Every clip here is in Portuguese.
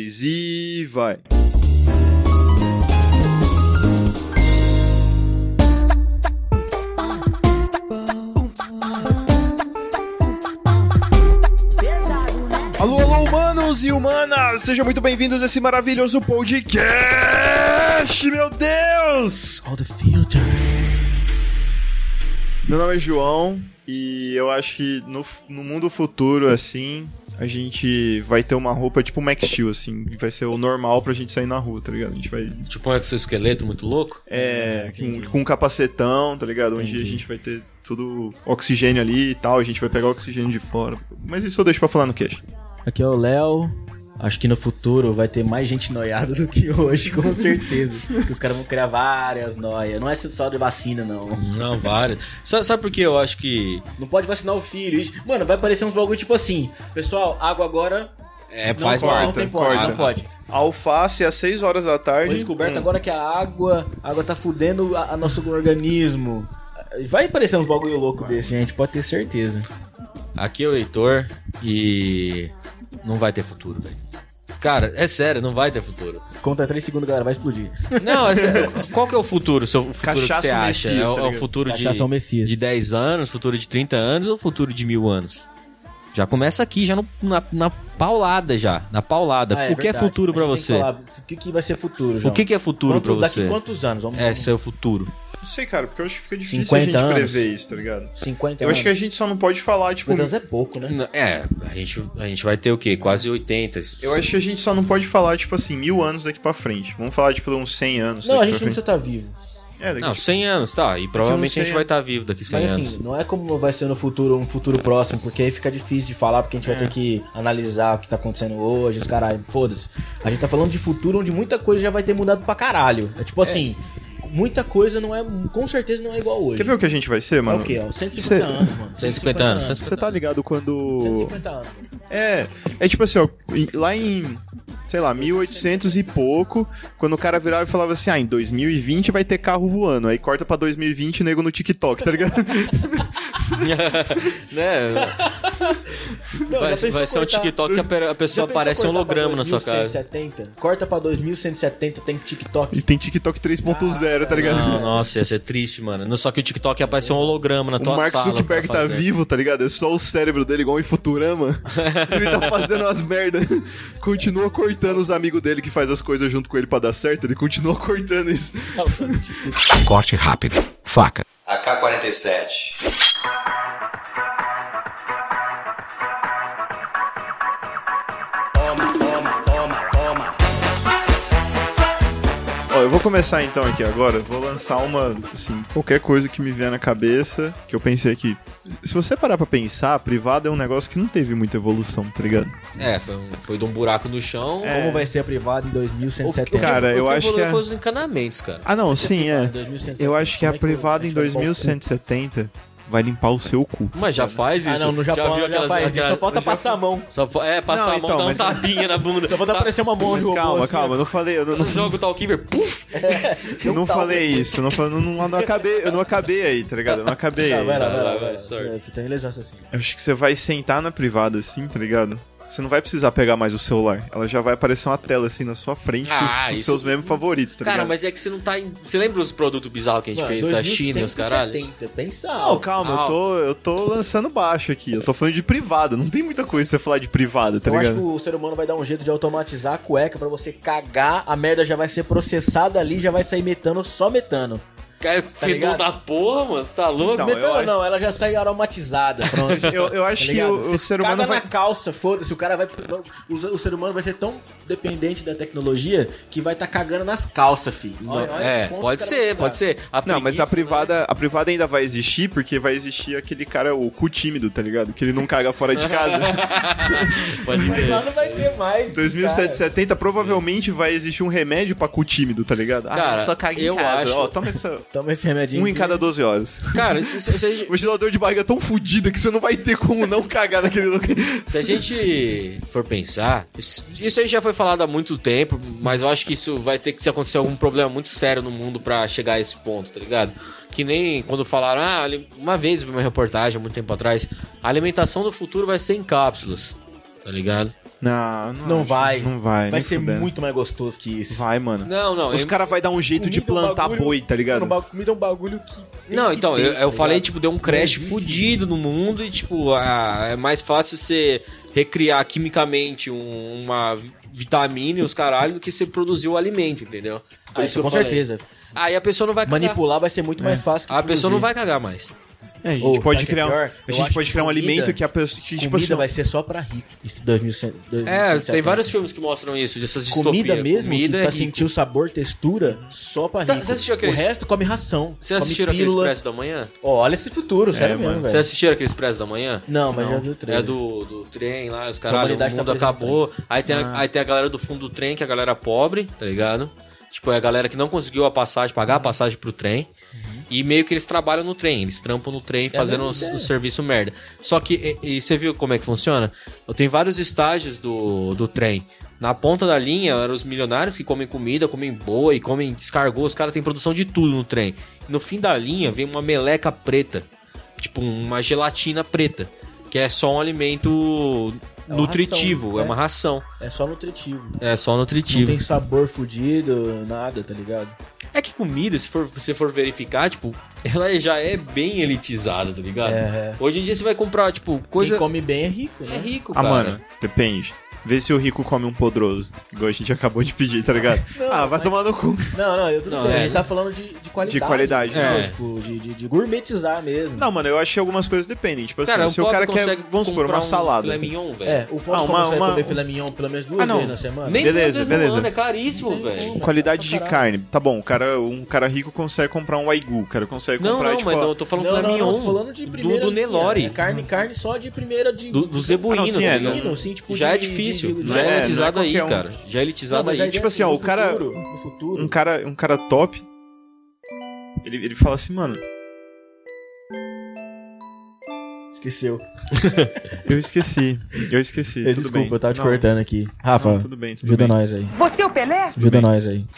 3 e vai! Alô, humanos e humanas! Sejam muito bem-vindos a esse maravilhoso podcast, meu Deus! All the filter. Meu nome é João e eu acho que no mundo futuro, assim, a gente vai ter uma roupa tipo Max Steel, assim, que vai ser o normal pra gente sair na rua, tá ligado? A gente vai... Tipo um exoesqueleto muito louco? Com um capacetão, tá ligado? Onde a gente vai ter tudo oxigênio ali e tal, a gente vai pegar o oxigênio de fora. Mas isso eu deixo pra falar no cast. Aqui é o Léo. Acho que no futuro vai ter mais gente noiada do que hoje, com certeza. Porque os caras vão criar várias noias. Não é só de vacina, não. Não, várias. Sabe por que eu acho que... Não pode vacinar o filho. Mano, vai aparecer uns bagulho tipo assim. Pessoal, água agora... faz não, parte. não tem porta, não pode. Alface às 6 horas da tarde. Foi descoberto agora que a água tá fudendo a nosso organismo. Vai aparecer uns bagulho louco desse, gente. Pode ter certeza. Aqui é o Heitor e... não vai ter futuro, velho. Cara, é sério, não vai ter futuro. Conta 3 segundos, galera, vai explodir. Não, é sério. Qual que é o futuro? O futuro Cachaça que você acha? Messias, tá é o futuro de 10 anos, futuro de 30 anos ou futuro de 1000 anos? Já começa aqui, já na paulada já. Na paulada. O que é futuro pra você? O que vai ser futuro, João? O que é futuro pra você? Daqui quantos anos? Esse é o futuro. Não sei, cara, porque eu acho que fica difícil a gente prever isso, tá ligado? 50 anos. Eu acho que a gente só não pode falar, tipo... 50 anos é pouco, né? A gente vai ter o quê? Quase 80. Eu acho que a gente só não pode falar, tipo assim, 1000 anos daqui pra frente. Vamos falar, tipo, de uns 100 anos. Não, a gente não precisa estar vivo. Não, 100 anos, tá. E provavelmente a gente vai estar vivo daqui 100 anos. Mas assim, não é como vai ser no futuro, um futuro próximo, porque aí fica difícil de falar, porque a gente vai ter que analisar o que tá acontecendo hoje, os caralho, foda-se. A gente tá falando de futuro onde muita coisa já vai ter mudado pra caralho. É tipo assim... Muita coisa não é, com certeza não é igual hoje. Quer ver o que a gente vai ser, mano? É o quê? 150 anos, mano. 150 anos. Você tá ligado quando... 150 anos. É tipo assim, ó, lá em, sei lá, 1800 e pouco, quando o cara virava e falava assim, em 2020 vai ter carro voando. Aí corta pra 2020 nego no TikTok, tá ligado? Não, vai ser um TikTok que a pessoa aparece um holograma na sua casa. Corta pra 2170, tem TikTok. E tem TikTok 3.0, tá ligado? Não, nossa, ia ser triste, mano. Só que o TikTok ia aparecer um holograma na tua sala. O Mark Zuckerberg tá vivo, tá ligado? É só o cérebro dele, igual em Futurama. Ele tá fazendo umas merdas. Continua cortando os amigos dele que faz as coisas junto com ele pra dar certo. Ele continua cortando isso. Corte rápido. Faca. AK-47. Ó, eu vou começar então aqui agora. Vou lançar qualquer coisa que me vier na cabeça, que eu pensei aqui. Se você parar pra pensar, privada é um negócio que não teve muita evolução, tá ligado? Foi de um buraco no chão. Como vai ser a privada em 2170? Cara, eu acho que foi os encanamentos, cara. Ah, não, sim, é. 2170, Eu acho que a privada em 2170 vai limpar o seu cu. Mas já faz isso. Não, no Japão já faz isso. Só falta passar a mão. Passar a mão, dar um tapinha na bunda. Só falta aparecer uma mão de robô. Calma, eu não falei... No jogo tá o Kiver, puf! Eu não falei isso, eu não acabei aí, tá ligado? Eu não acabei aí. Vai, sorry. Tem lesão assim. Eu acho que você vai sentar na privada assim, tá ligado? Você não vai precisar pegar mais o celular. Ela já vai aparecer uma tela assim na sua frente com os seus memes favoritos, tá ligado? Cara, mas é que você não tá... Você lembra os produtos bizarros que a gente fez da China e os caralho? 2170, pensa. Não, calma, eu tô lançando baixo aqui. Eu tô falando de privada. Não tem muita coisa pra você falar de privada, tá ligado? Eu acho que o ser humano vai dar um jeito de automatizar a cueca pra você cagar, a merda já vai ser processada ali, já vai sair metano, só metano. Cara, fedor da porra, mano, você tá louco? Então, metano não, ela já sai aromatizada, pronto. Eu acho que o ser humano caga vai... na calça, foda-se, o cara vai... O ser humano vai ser tão dependente da tecnologia que vai tá cagando nas calças, filho. Pode ser. Não, mas a privada ainda vai existir, porque vai existir aquele cara, o cu tímido, tá ligado? Que ele não caga fora de casa. Pode Mas ver. lá não vai ter mais. 2770 provavelmente vai existir um remédio pra cu tímido, tá ligado? Cara, só caga em eu casa. acho- Ó, toma Toma esse remedinho. um em cada 12 horas. Cara, se O ventilador de barriga é tão fodido que você não vai ter como não cagar naquele lugar. a gente for pensar, isso aí já foi falado há muito tempo, mas eu acho que isso vai ter que se acontecer algum problema muito sério no mundo pra chegar a esse ponto, tá ligado? Que nem quando falaram, uma vez eu vi uma reportagem há muito tempo atrás, a alimentação do futuro vai ser em cápsulas, tá ligado? Não vai. Não vai. Vai nem ser fudendo. muito mais gostoso que isso. Vai, mano. Não. Os caras vão dar um jeito de Comida é um plantar bagulho- boi, tá ligado? Comida é um bagulho que... tem Não, que então, ter, eu tá falei, ligado? tipo, deu um crash fudido no mundo e, tipo, é mais fácil você recriar quimicamente uma vitamina e os caralho do que você produzir o alimento, entendeu? Por Isso que eu com falei. certeza. Aí a pessoa não vai cagar. Manipular vai ser muito mais fácil que A pessoa não produzir. vai cagar mais. É, a gente Ô, pode sabe o que é criar, pior? a Eu gente acho pode que criar um comida- alimento que a pessoa que, tipo Comida assim, vai ser só pra rico. Isso 2100. Tem vários filmes que mostram isso, dessas distopias. Comida mesmo, Comida que é pra rico. sentir o sabor, textura, só pra Tá, rico. você assistiu aqueles- O resto come ração. Vocês assistiram come aquele pílula. Expresso da Manhã? Ó, olha esse futuro, sério mano. mesmo, Vocês velho. assistiram aquele Expresso da Manhã? Não, mas já vi o É trailer. do trem lá, os caralho, o humanidade mundo tá acabou. Aí tem a galera do fundo do trem, que é a galera pobre, tá ligado? Tipo, é a galera que não conseguiu pagar a passagem pro trem. E meio que eles trabalham no trem, eles trampam no trem fazendo o serviço merda. Só que, e você viu como é que funciona? Eu tenho vários estágios do trem. Na ponta da linha eram os milionários que comem comida, comem boa e comem descargou. Os caras têm produção de tudo no trem. E no fim da linha vem uma meleca preta. Tipo, uma gelatina preta. Que é só um alimento uma nutritivo, ração, é uma ração. É só nutritivo. É só Não nutritivo. tem sabor fudido, nada, tá ligado? É que comida, se você for verificar, tipo, ela já é bem elitizada, tá ligado? Hoje em dia você vai comprar, tipo, coisa... Quem come bem é rico, né? É rico, Ah, cara. mano, depende. Vê se o rico come um podroso. Igual a gente acabou de pedir, tá ligado? Não, vai tomar no cu. Não, eu tudo Não, bem. é. A gente tá falando de qualidade. De qualidade, né? né? Tipo, de gourmetizar mesmo. Não, mano, eu acho que algumas coisas dependem. Tipo assim, Cara, se o cara quer, vamos supor, uma salada. filé mignon, velho. É, o pobre consegue comer filé mignon pelo menos duas vezes na semana. Nem Beleza, duas vezes no beleza. ano, é caríssimo, velho. Com qualidade de carne. Tá bom, um cara rico consegue comprar um wagyu. O cara consegue Não, comprar, não, tipo... mas não, eu tô falando filé mignon. tô falando de primeira do Nelore. linha, né? Carne só de primeira de... Do zebuíno, Ah, não, sim, tá é, ligado? não- Assim, tipo, Já é de- difícil, de- já não é é elitizado aí, qualquer um. cara. Já é elitizado mas a aí. ideia tipo assim, é ó, no o cara- futuro, no futuro. um cara top, ele fala assim, mano, Esqueceu. eu esqueci, tudo Desculpa, bem. eu tava te Não, cortando aqui. Rafa, não, tudo bem, tudo ajuda bem. nós aí. Você é o Pelé? Ajuda nós aí.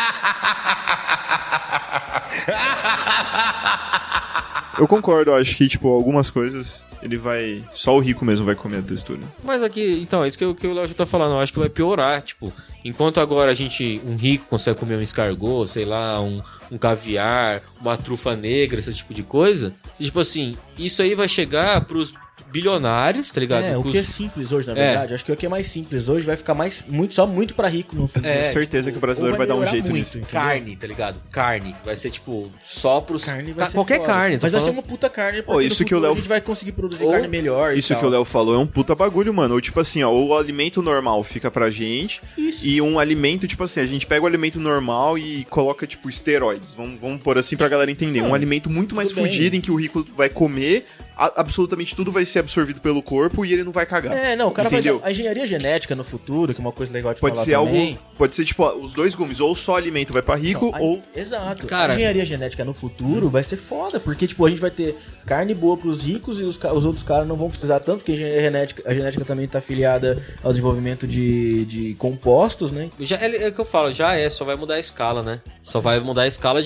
Eu concordo, eu acho que, tipo, algumas coisas só o rico mesmo vai comer a textura. Mas aqui, então, é isso que o Léo já tá falando. Eu acho que vai piorar, tipo, enquanto agora um rico consegue comer um escargot, sei lá, um caviar, uma trufa negra, esse tipo de coisa, e, tipo assim, isso aí vai chegar pros bilionários, tá ligado? O Pros- que é simples hoje, na verdade. Acho que o que é mais simples hoje vai ficar só muito pra rico no futuro. Tenho certeza que o brasileiro ou vai dar um melhorar jeito muito, nisso. entendeu? Carne, tá ligado? Carne. Vai ser, tipo, só pros... Carne vai ser qualquer foda. carne. tô Mas vai ser falando- uma puta carne, Pô, porque isso no que o futuro Léo- a gente vai conseguir produzir Ou- carne melhor e Isso tal. que o Léo falou é um puta bagulho, mano. Ou tipo assim, ó, o alimento normal fica pra gente e um alimento, tipo assim, a gente pega o alimento normal e coloca, tipo, esteroides. Vamos pôr assim pra galera entender. Um alimento muito mais tudo bem. fodido em que o rico vai comer, absolutamente tudo vai ser absorvido pelo corpo e ele não vai cagar. O cara Entendeu? vai dar a engenharia genética no futuro, que é uma coisa legal de Pode falar ser também. algo. Pode ser, tipo, ó, os dois gumes, ou só alimento vai pra rico, ou. Exato. Cara- A engenharia genética no futuro vai ser foda, porque, tipo, a gente vai ter carne boa pros ricos e os outros caras não vão precisar tanto, porque a genética também tá afiliada ao desenvolvimento de compostos, né? É o que eu falo, só vai mudar a escala, né? Só vai mudar a escala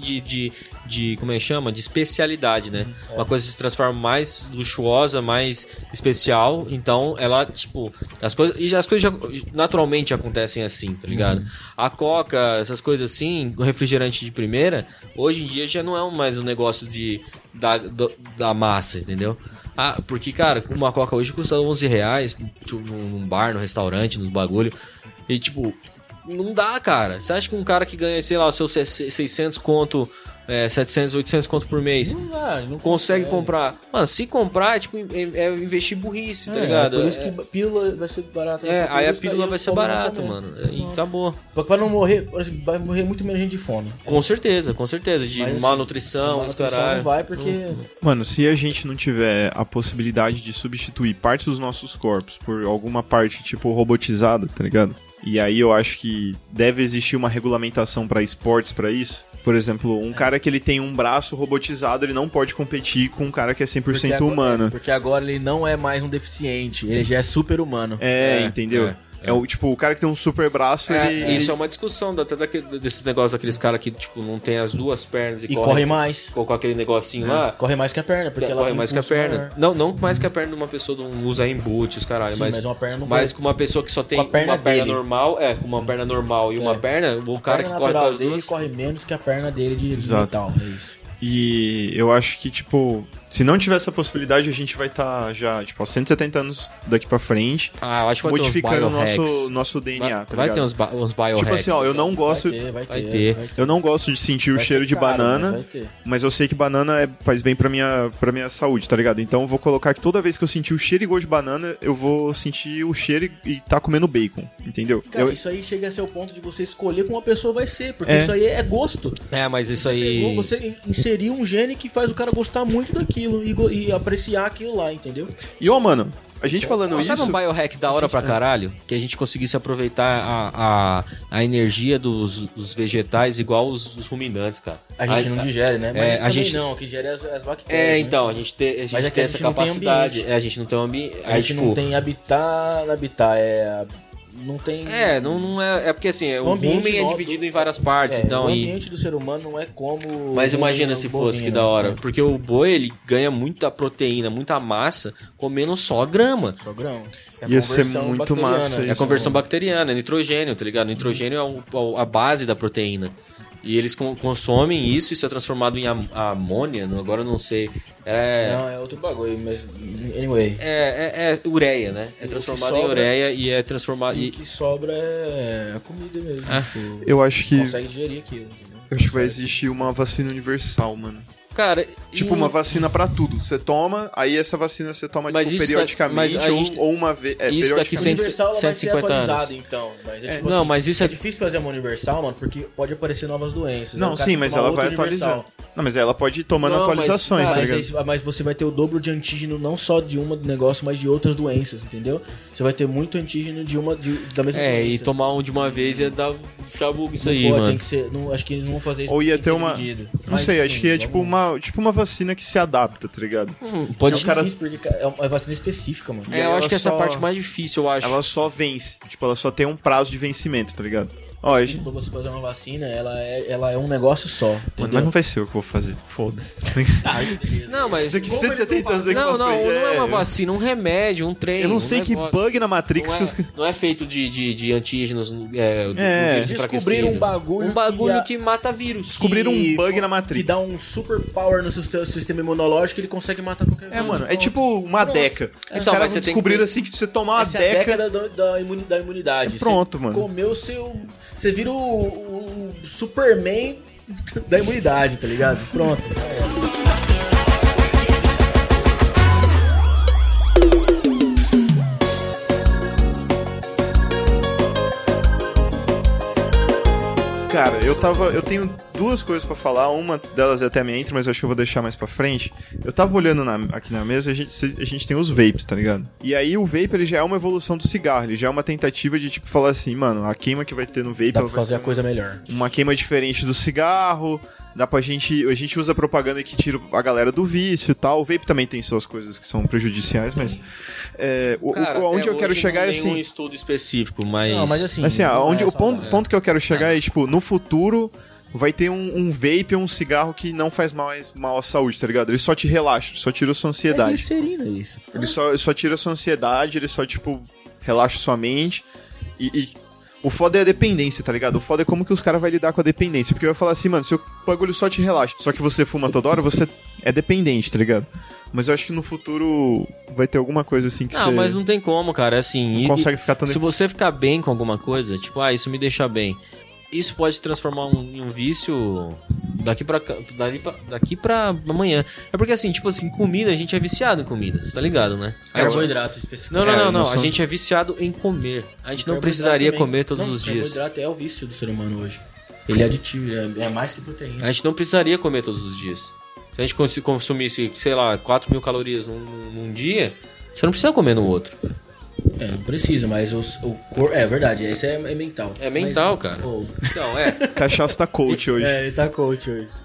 de como é que chama? De especialidade, né? Uma coisa se transforma mais luxuosa, mais especial, então ela, tipo, as coisas já naturalmente acontecem assim, tá ligado? A Coca, essas coisas assim, o refrigerante de primeira, hoje em dia já não é mais um negócio da massa, entendeu? Porque, cara, uma Coca hoje custa R$11, tipo, num bar, no restaurante, nos bagulho, e tipo, não dá, cara. Você acha que um cara que ganha, sei lá, os seus 600 conto, 700, 800 conto por mês, Não consegue comprar? Mano, se comprar, é tipo, é investir burrice, tá ligado? Por isso que pílula vai ser barata. no futuro, Aí a os pílula caras vai ser vão comer barata, também. mano. E acabou. Pra não morrer, por exemplo, vai morrer muito menos gente de fome. Com certeza. De Mas, assim, malnutrição, os malnutrição caralho. não vai porque... Mano, se a gente não tiver a possibilidade de substituir parte dos nossos corpos por alguma parte, tipo, robotizada, tá ligado? E aí eu acho que deve existir uma regulamentação pra esportes pra isso. Por exemplo, um cara que ele tem um braço robotizado, ele não pode competir com um cara que é 100% Porque humano. Porque agora ele não é mais um deficiente, ele já é super humano. Entendeu? É o, tipo, o cara que tem um super braço, ele... Isso é uma discussão até desses negócios, daqueles caras que, tipo, não tem as duas pernas E corre mais. com aquele negocinho lá. Corre mais que a perna, porque ela corre tem mais um que a pulso perna. maior. Não mais que a perna de uma pessoa que não usa embute, os caralho. Sim, mas uma perna não mas corre. com uma pessoa que só tem Com a perna uma perna dele. normal, com uma perna normal e uma perna, o cara que A perna corre com natural as dele duas... corre menos que a perna dele de Exato. metal. É isso. E eu acho que, tipo, se não tiver essa possibilidade, a gente vai estar já, tipo, há 170 anos daqui pra frente, eu acho que vai modificando ter o uns biohacks. nosso DNA, tá Vai ligado? ter uns biohacks. Tipo assim, ó, eu não gosto... Vai Vai ter. ter. Eu não gosto de sentir o Vai cheiro ser de caro, banana, mas vai ter. mas eu sei que banana faz bem pra minha saúde, tá ligado? Então eu vou colocar que toda vez que eu sentir o cheiro e gosto de banana, eu vou sentir o cheiro e tá comendo bacon, entendeu? Cara, isso aí chega a ser o ponto de você escolher como uma pessoa vai ser, porque É. isso aí é gosto. Mas isso Pegou, aí... você inseriu um gene que faz o cara gostar muito daquilo e apreciar aquilo lá, entendeu? E ó, mano, a gente falando Sabe isso... um biohack da hora pra caralho? Que a gente conseguisse aproveitar a energia dos vegetais igual os ruminantes, cara. A gente não digere, né? Mas a também gente- não, o que digere é as bactérias. né? Então, a gente tem Mas é que a essa gente não tem capacidade. ambiente. A gente não tem um ambiente. A gente não tem habitar, não tem... Não é. É porque assim, o ambiente rumen é nosso- dividido em várias partes, então. o e- ambiente do ser humano não é como... Mas imagina o se bovino, fosse, que da hora. né? Porque o boi, ele ganha muita proteína, muita massa, comendo só grama. Só grão. É Ia ser conversão muito bacteriana. massa É a conversão bacteriana, é nitrogênio, tá ligado? Nitrogênio é a base da proteína. E eles consomem isso é transformado em amônia, agora eu não sei. Não, é outro bagulho, mas... Anyway. É ureia, né? É transformado em sobra- ureia e é transformado... E o que sobra é a comida mesmo. Tipo, Eu acho que... consegue digerir aquilo. Entendeu? Eu acho que vai existir uma vacina universal, mano. Cara, Tipo, uma vacina pra tudo. Você toma, aí essa vacina você toma Mas tipo, isso periodicamente mas a gente- ou uma vez. isso daqui periodicamente. sem- Universal ela vai ser 150 anos. atualizada, então. Mas é, tipo não, assim, mas isso é- difícil fazer uma universal, mano, porque pode aparecer novas doenças. Não, Aí o cara sim, tem mas que tomar ela vai outra universal. atualizando. Não, mas ela pode ir tomando Não, mas, atualizações, cara, tá ligado? Mas você vai ter o dobro de antígeno não só de uma do negócio, mas de outras doenças, entendeu? Você vai ter muito antígeno da mesma doença. e tomar um de uma vez ia dar chabu isso Não aí, pode, mano. tem que ser, não, acho que eles não vão fazer isso. Ou ia tem que ter ser uma. dividido. Não Mas, sei, enfim, acho que é tipo uma vacina que se adapta, tá ligado? Pode É o cara- difícil, porque é uma vacina específica, mano. E eu ela acho que essa é só- a parte mais difícil, eu acho. Ela só vence. Tipo, ela só tem um prazo de vencimento, tá ligado? Ó, a gente... Pra você fazer uma vacina, ela é um negócio só, Mano, entendeu? mas não vai ser eu que vou fazer. Foda-se. Não, mas... Isso daqui 170 anos daqui Não, pra não, frente, não é uma vacina, um remédio, um treino. Eu não um sei que negócio. bug na Matrix que os... Não é feito de antígenos, do vírus Descobriram enfraquecido. um bagulho Um bagulho que que mata vírus. Descobriram um bug na Que Matrix. dá um super power no seu sistema imunológico, ele consegue matar qualquer vírus. É, mano, é Pronto. tipo uma Pronto. deca. Os Então, caras mas você tem descobriram que- assim que você tomar uma Essa é a deca... década da imunidade. Pronto, Você mano. comeu o seu... Você vira o Superman da imunidade, tá ligado? Pronto. Cara, eu tenho duas coisas pra falar, uma delas é até minha intro, mas eu acho que eu vou deixar mais pra frente. Eu tava olhando aqui na mesa, a gente tem os vapes, tá ligado? E aí o vape, ele já é uma evolução do cigarro, ele já é uma tentativa de, tipo, falar assim, mano, a queima que vai ter no vape... Dá ela pra vai fazer ser a coisa melhor. uma queima diferente do cigarro, dá pra gente... A gente usa propaganda que tira a galera do vício e tal, o vape também tem suas coisas que são prejudiciais, mas... Cara, onde até eu quero hoje chegar é não tem assim... um estudo específico, mas... Não, mas assim... Assim, não onde, é o saudável. ponto que eu quero chegar é, tipo, no futuro vai ter um vape ou um cigarro que não faz mal à saúde, tá ligado? Ele só te relaxa, só tira a sua É ansiedade. glicerina isso. Ele só tira a sua ansiedade, ele só, tipo, relaxa sua mente. E o foda é a dependência, tá ligado? O foda é como que os caras vão lidar com a dependência. Porque vai falar assim, mano, se o bagulho só te relaxa, só que você fuma toda hora, você é dependente, tá ligado? Mas eu acho que no futuro vai ter alguma coisa assim que Não, você mas não tem como, cara. Assim, não consegue ficar tão... se você ficar bem com alguma coisa, tipo, isso me deixa bem. Isso pode se transformar em um vício daqui pra amanhã. É porque assim, tipo assim, comida, a gente é viciado em comida, você tá ligado, né? Carboidrato especificamente. Não. não sou- A gente é viciado em comer. A gente não precisaria comer todos os dias. Carboidrato é o vício do ser humano hoje. Ele é aditivo, é mais que proteína. A gente não precisaria comer todos os dias. Se a gente consumisse, sei lá, 4.000 calorias num dia, você não precisa comer no outro. Não precisa, mas o corpo... É verdade, isso é mental. É mental, Mas, cara. pô, Então, Cachaça tá coach hoje. ele tá coach hoje.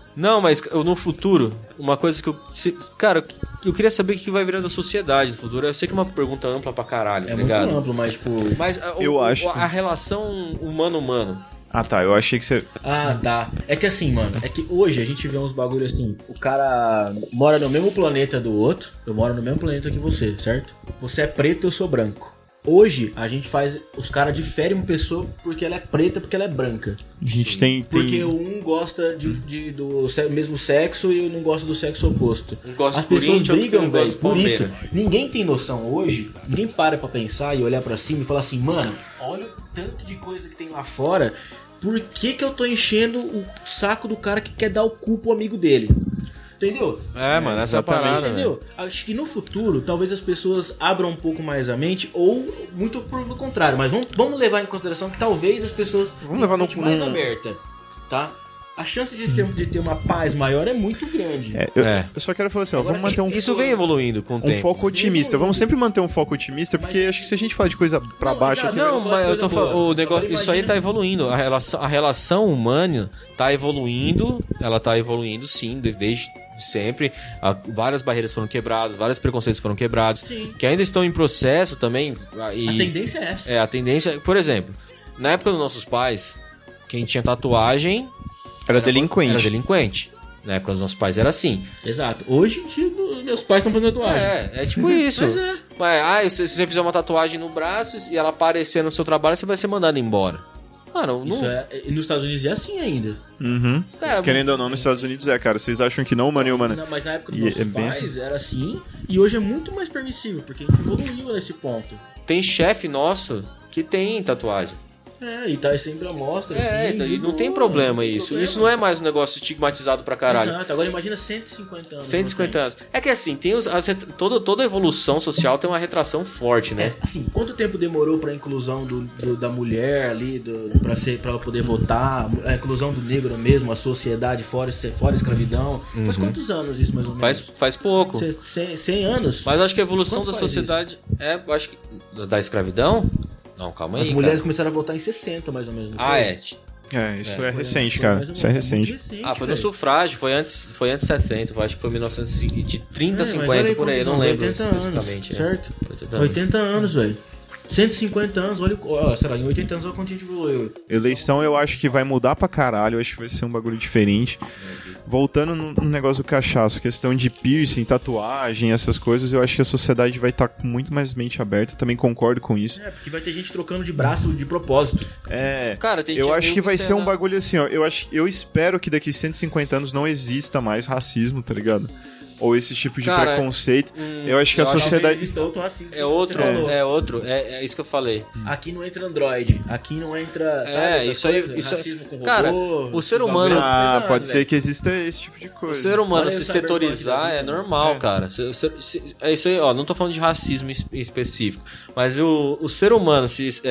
Não, mas no futuro, uma coisa que cara, eu queria saber o que vai virar da sociedade no futuro. Eu sei que é uma pergunta ampla pra caralho, tá ligado? Muito amplo, mas tipo... Mas a relação humano-humano. Ah, tá. Eu achei que você... Ah, tá. É que assim, mano, é que hoje a gente vê uns bagulho assim, o cara mora no mesmo planeta do outro, eu moro no mesmo planeta que você, certo? Você é preto, eu sou branco. Hoje, a gente faz... Os caras diferem uma pessoa porque ela é preta, porque ela é branca. A gente tem... Porque um gosta do mesmo sexo e eu não gosto do sexo oposto. Um gosta As do pessoas Corinthians, brigam, outro gosta velho, do por isso. Palmeiras. Ninguém tem noção hoje, ninguém para pra pensar e olhar pra cima e falar assim, mano, olha o tanto de coisa que tem lá fora, por que eu tô enchendo o saco do cara que quer dar o cu pro amigo dele? Entendeu? Mano, essa é a exatamente. parada, Entendeu? Acho que no futuro, talvez as pessoas abram um pouco mais a mente, ou muito pelo contrário. Mas vamos levar em consideração que talvez as pessoas Vamos levar tenham a mente mais aberta, tá? A chance de ter uma paz maior é muito grande. Eu só quero falar assim, ó, Agora, vamos manter um... Isso vem evoluindo com o Um tempo. foco otimista. Vamos sempre manter um foco otimista, porque acho que se a gente falar de coisa pra baixo exato. aqui... Não, Vamos falar de mas eu tô coisa boa. falando, o negócio, Agora isso aí imagina- tá evoluindo. A relação humana tá evoluindo, ela tá evoluindo sim, desde sempre. Várias barreiras foram quebradas, vários preconceitos foram quebrados, Sim. que ainda estão em processo também. E, A tendência é essa. a tendência, por exemplo, na época dos nossos pais, quem tinha tatuagem Era delinquente. Era delinquente. Na época dos nossos pais era assim. Exato. Hoje em dia, meus pais estão fazendo tatuagem. É tipo isso. Mas é. Mas, se você fizer uma tatuagem no braço e ela aparecer no seu trabalho, você vai ser mandado embora. Mano, Isso não... e nos Estados Unidos é assim ainda. Uhum. Cara, Querendo ou não, nos Estados Unidos cara. Vocês acham que não, mano? Mas na época dos E nossos é bem pais era assim, e hoje é muito mais permissivo, porque a gente evoluiu nesse ponto. Tem chefe nosso que tem tatuagem. E tá sempre a mostra, assim. Então, de e não boa, tem problema não tem isso. problema. Isso não é mais um negócio estigmatizado pra caralho. Exato, agora imagina 150 anos. 150 pra anos. É que assim, tem toda evolução social tem uma retração forte, né? Assim, quanto tempo demorou pra inclusão da mulher ali, pra ela poder votar, a inclusão do negro mesmo, a sociedade fora a escravidão? Faz quantos anos isso, mais ou menos? Faz pouco. 100 anos? Mas eu acho que a evolução Quanto da faz sociedade eu acho que da escravidão? Não, calma aí. As mulheres começaram a votar em 60, mais ou menos. Não foi? Isso é recente, Foi cara. mais ou Isso é menos, muito recente. Foi no velho. sufrágio, foi antes de 60, eu acho que foi 1930, Mas 50, olha aí por aí, eu quantos não anos, lembro 80 anos, especificamente. certo? 80 anos. 80 anos, velho. 150 anos, olha, sei lá, em 80 anos olha quanto a gente evoluiu. Eleição eu acho que vai mudar pra caralho, eu acho que vai ser um bagulho diferente. Voltando no negócio do cachaço, questão de piercing, tatuagem, essas coisas, eu acho que a sociedade vai estar com muito mais mente aberta, também concordo com isso. Porque vai ter gente trocando de braço de propósito. Cara, tem Eu acho que vai ser um bagulho. bagulho assim, ó. Eu espero que daqui 150 anos não exista mais racismo, tá ligado? Ou esse tipo de Cara, preconceito. Eu acho que a eu acho que sociedade. Existe outro racismo. É outro, Você falou. é isso que eu falei. Aqui não entra Android, aqui não entra. Sabe, essas isso aí. coisas, Isso racismo com robô, cara, o ser esse humano. bagulho Ah, pesado, pode ser velho. que exista esse tipo de O coisa. ser humano Olha se o cyberpunk setorizar da é vida. normal, cara. É isso aí, ó. Não tô falando de racismo específico. Mas o ser humano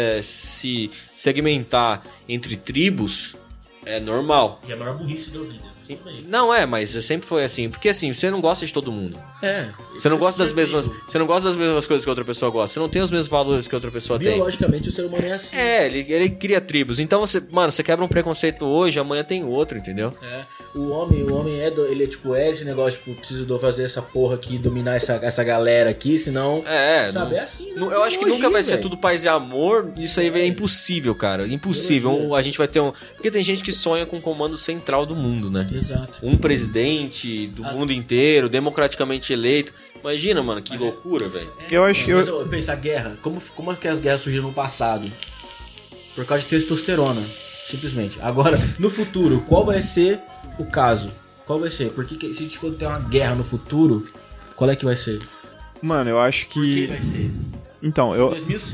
se segmentar entre tribos é normal. E a maior burrice da vida. Tudo bem. Não mas sempre foi assim. Porque assim, você não gosta de todo mundo. Você não gosta das mesmas. Tipo, Você não gosta das mesmas coisas que outra pessoa gosta. Você não tem os mesmos valores que outra pessoa tem. Biologicamente o ser humano é assim. Ele cria tribos. Então você quebra um preconceito hoje, amanhã tem outro, entendeu? O homem ele é tipo, esse negócio, tipo, preciso fazer essa porra aqui, dominar essa galera aqui, senão. Sabe, é assim, né? Eu acho que Biologia, nunca vai ser velho. tudo paz e amor. Isso aí é impossível, cara. Impossível. Biologia. A gente vai ter Porque tem gente que sonha com o comando central do mundo, né? Exato. Um presidente do mundo inteiro, democraticamente eleito. Imagina, mano, que loucura, velho. Eu acho. Mas eu penso, a guerra, como é que as guerras surgiram no passado? Por causa de testosterona, simplesmente. Agora, no futuro, qual vai ser o caso? Qual vai ser? Porque se a gente for ter uma guerra no futuro, qual é que vai ser? Mano, eu acho Por que que. vai ser? Então, Se eu.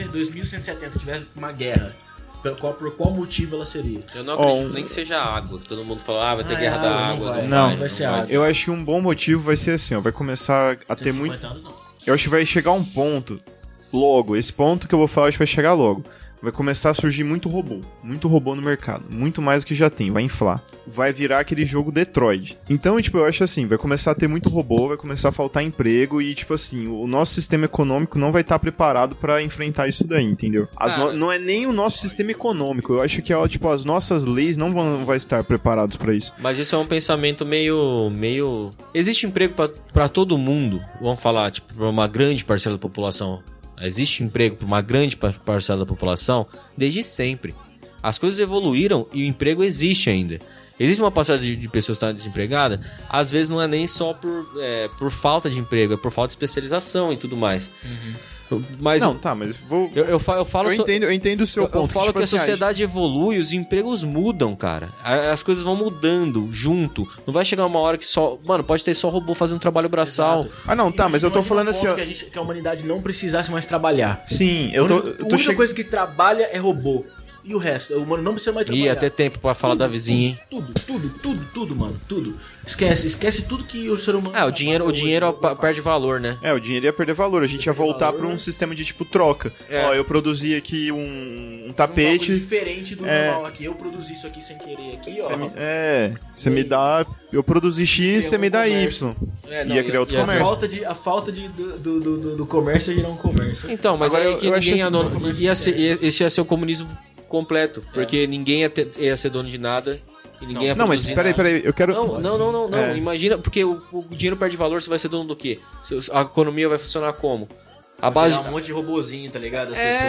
2170 tivesse uma guerra, por qual motivo ela seria? Eu não acredito nem que seja água. Que todo mundo fala, vai ter guerra da água. Não, vai ser água. Eu acho que um bom motivo vai ser assim, ó. Vai começar a ter 150 muito. anos não. Eu acho que vai chegar um ponto logo. Esse ponto que eu vou falar, acho que vai chegar logo. vai começar a surgir muito robô no mercado, muito mais do que já tem, vai inflar. Vai virar aquele jogo Detroit. Então, tipo, eu acho assim, vai começar a ter muito robô, vai começar a faltar emprego e, tipo assim, o nosso sistema econômico não vai estar preparado pra enfrentar isso daí, entendeu? Não é nem o nosso sistema econômico, eu acho que, tipo, as nossas leis não vão estar preparados pra isso. Mas isso é um pensamento meio... Existe emprego pra todo mundo, vamos falar, tipo, pra uma grande parcela da população. Existe emprego pra uma grande parcela da população desde sempre. As coisas evoluíram e o emprego existe ainda. Existe uma parcela de pessoas que estão desempregadas, às vezes não é nem só por falta de emprego, é por falta de especialização e tudo mais. Mas não, tá, mas vou... Eu falo... Eu entendo o seu ponto. Eu falo tipo que assim, a sociedade evolui, os empregos mudam, cara. As coisas vão mudando junto. Não vai chegar uma hora que só... Mano, pode ter só robô fazendo trabalho braçal. Exato. Ah, não, tá, mas eu tô falando assim... Ó... Que a humanidade não precisasse mais trabalhar. Sim, A única coisa que trabalha é robô. E o resto? O humano não precisa mais trabalhar. Ia até tempo pra falar da vizinha, hein? Tudo, mano. Tudo. Esquece tudo que o ser humano... O dinheiro perde valor, né? O dinheiro ia perder valor. A gente ia voltar pra um sistema de, tipo, troca. É. Ó, eu produzi aqui um tapete... Um diferente do normal aqui. Eu produzi isso aqui sem querer aqui, ó. Você me dá... Eu produzi X, você me dá Y. Ia criar outro comércio. A falta do comércio ia gerar um comércio. Então, mas Agora, aí que eu ninguém acho esse ia ser o comunismo completo. Porque ninguém ia ser dono de nada. E ninguém ia Não, mas produzir peraí, eu quero... Não. Imagina, porque o dinheiro perde valor, você vai ser dono do quê? A economia vai funcionar como? A base... um monte de robozinho, tá ligado?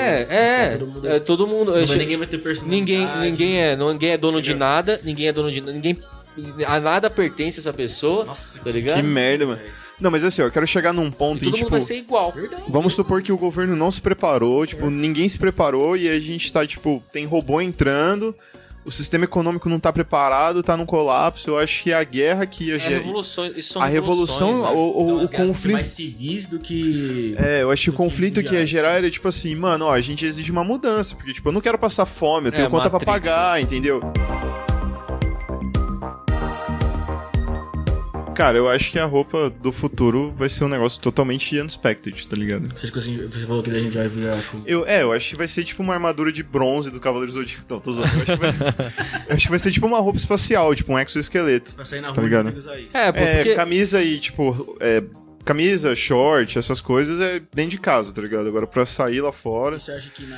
Todo mundo. Ninguém vai ter personalidade. Ninguém é dono de nada. A nada pertence a essa pessoa. Nossa, tá ligado? Que merda, mano. Não, mas assim, ó, eu quero chegar num ponto E todo mundo tipo... vai ser igual. Vamos supor que o governo não se preparou, tipo, ninguém se preparou e a gente tá, tipo, tem robô entrando, o sistema econômico não tá preparado, tá num colapso. Eu acho que a guerra que ia gerar... A revolução, o conflito... mais civis do que... eu acho que o conflito que ia gerar era, tipo assim, mano, ó, a gente exige uma mudança, porque, tipo, eu não quero passar fome, eu tenho conta pra pagar, entendeu? Cara, eu acho que a roupa do futuro vai ser um negócio totalmente unexpected, tá ligado? Você falou que a gente vai virar... Eu acho que vai ser tipo uma armadura de bronze do Cavaleiro Zodíaco. Não, tô zoando. Eu acho que vai ser tipo uma roupa espacial, tipo um exoesqueleto. Pra sair na rua, tá ligado? tem que usar isso. Porque... Camisa e, tipo... camisa, short, essas coisas é dentro de casa, tá ligado? Agora pra sair lá fora... Você acha que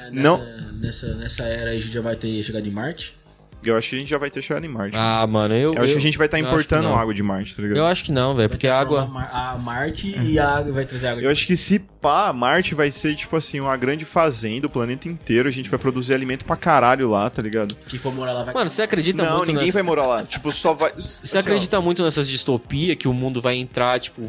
nessa era aí a gente já vai ter chegado em Marte? Eu acho que a gente já vai ter chegado em Marte. Mano, eu acho que a gente vai estar importando água de Marte, tá ligado? Eu acho que não, velho, porque a água... A Marte e a água vai trazer água. Eu acho que se pá, Marte vai ser, tipo assim, uma grande fazenda, o planeta inteiro, a gente vai produzir alimento pra caralho lá, tá ligado? Quem for morar lá vai... Mano, você acredita não, muito ninguém vai morar lá. Tipo, só vai... Você acredita muito nessas distopias que o mundo vai entrar, tipo,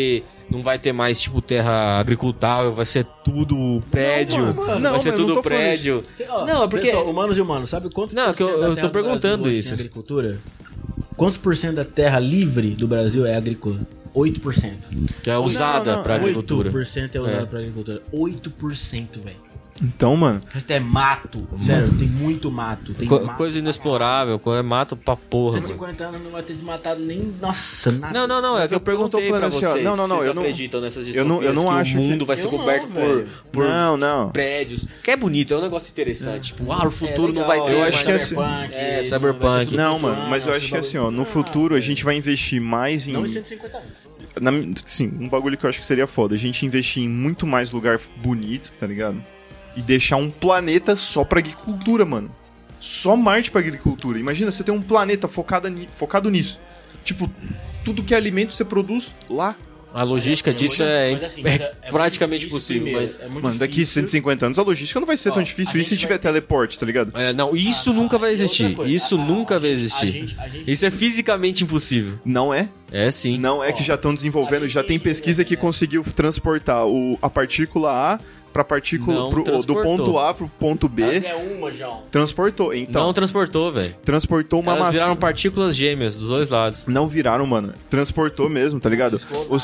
não vai ter mais, tipo, terra agricultável, vai ser tudo prédio. Vai ser tudo prédio. Não, é porque... Pessoal, humanos, sabe quanto não, que eu tô perguntando isso. Agricultura? Quantos por cento da terra livre do Brasil é agrícola? 8%. Que é usada pra agricultura. 8% é usada pra agricultura. 8%, velho. Então, mano... O resto é mato. Sério, tem muito mato. Tem coisa inexplorável, é mato pra porra. 150 anos não vai ter desmatado nem... Nossa, nada. Não, é que eu perguntei pra vocês. Assim, não, vocês eu não acreditam nessas distopias eu não que acho o mundo que... vai ser coberto por prédios. Que é bonito, é um negócio interessante. Tipo, o futuro não vai ter... Eu acho que assim... Cyberpunk. Não, mano, mas eu acho que assim, ó, no futuro a gente vai investir mais em... Não em 150 anos. Sim, um bagulho que eu acho que seria foda. A gente investir em muito mais lugar bonito, tá ligado? E deixar um planeta só pra agricultura, mano. Só Marte pra agricultura. Imagina, você tem um planeta focado nisso. Tipo, tudo que é alimento você produz lá. A logística disso é praticamente impossível. Mano, daqui 150 anos a logística não vai ser tão difícil. E se tiver teleporte, tá ligado? Não, isso nunca vai existir. Isso nunca vai existir. Isso é fisicamente impossível. Não é? É sim. Não é que já estão desenvolvendo, já tem pesquisa que conseguiu transportar a partícula A pra partícula do ponto A pro ponto B. Mas é uma, João. Transportou, então. Não transportou, velho. Transportou uma massa. Elas viraram partículas gêmeas dos dois lados. Não viraram, mano. Transportou mesmo, tá ligado?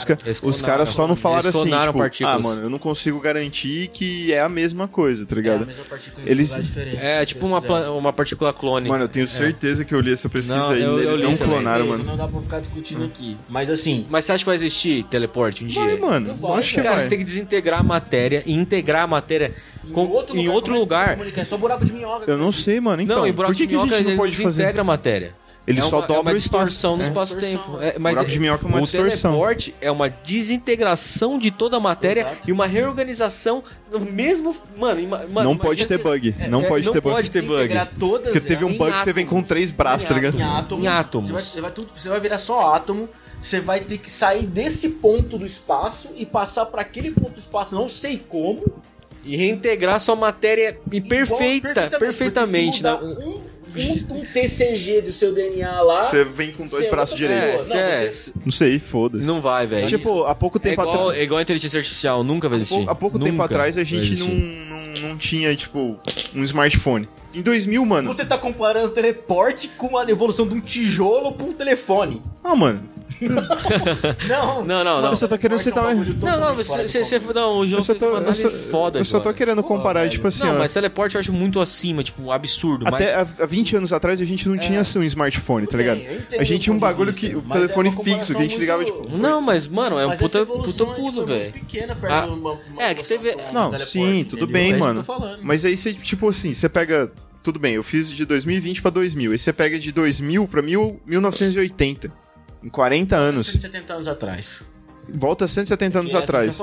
Os caras só não falaram assim, tipo, partículas. Mano, eu não consigo garantir que é a mesma coisa, tá ligado? É a mesma partícula tipo uma partícula clone. Mano, eu tenho certeza que eu li essa pesquisa aí. Eles não clonaram, mano. Não dá pra ficar discutindo aqui. Mas assim... Mas você acha que vai existir teleporte um dia? Vai, mano. Cara, você tem que desintegrar a matéria e integrar integrar a matéria em outro lugar. É só buraco de minhoca. Eu não sei, mano. Então, Não, em buraco por que de minhoca a gente não ele pode fazer? desintegra a matéria. Ele só dobra uma o espaço. distorção no espaço-tempo. Mas Buraco de minhoca é uma distorção. O teleporte é uma desintegração de toda a matéria e uma reorganização no mesmo... Mano, Não pode ter bug. Não pode ter bug. pode ter bug. Porque teve um bug que você vem com 3 braços, tá ligado? Em átomos. Você vai virar só átomo. Você vai ter que sair desse ponto do espaço e passar para aquele ponto do espaço, não sei como. E reintegrar sua matéria perfeitamente. Se mudar um TCG do seu DNA lá... Você vem com 2 braços direitos. Não sei, foda-se. Não vai, velho. Tipo, há pouco tempo atrás... É igual a inteligência artificial, nunca vai existir. Há pouco tempo atrás a gente não tinha, tipo, um smartphone. Em 2000, mano... Você tá comparando o teleporte com a evolução de um tijolo pra um telefone. Ah, mano... Não. Eu só tô querendo citar... o jogo é foda. Eu só tô querendo comparar, tipo assim... Não, mas teleporte eu acho muito acima, tipo, absurdo. Até há 20 anos atrás a gente não tinha assim, um smartphone, tá ligado? A gente tinha um bagulho que... O telefone fixo, que a gente ligava, tipo... Não, mas, mano, é um puta pulo, velho. Que teve... Não, sim, tudo bem, mano. Mas aí você, tipo assim, você pega... Tudo bem, eu fiz de 2020 pra 2000. Aí você pega de 2000 pra 1980. Em 40 anos. 170 anos atrás. Volta 170 anos atrás.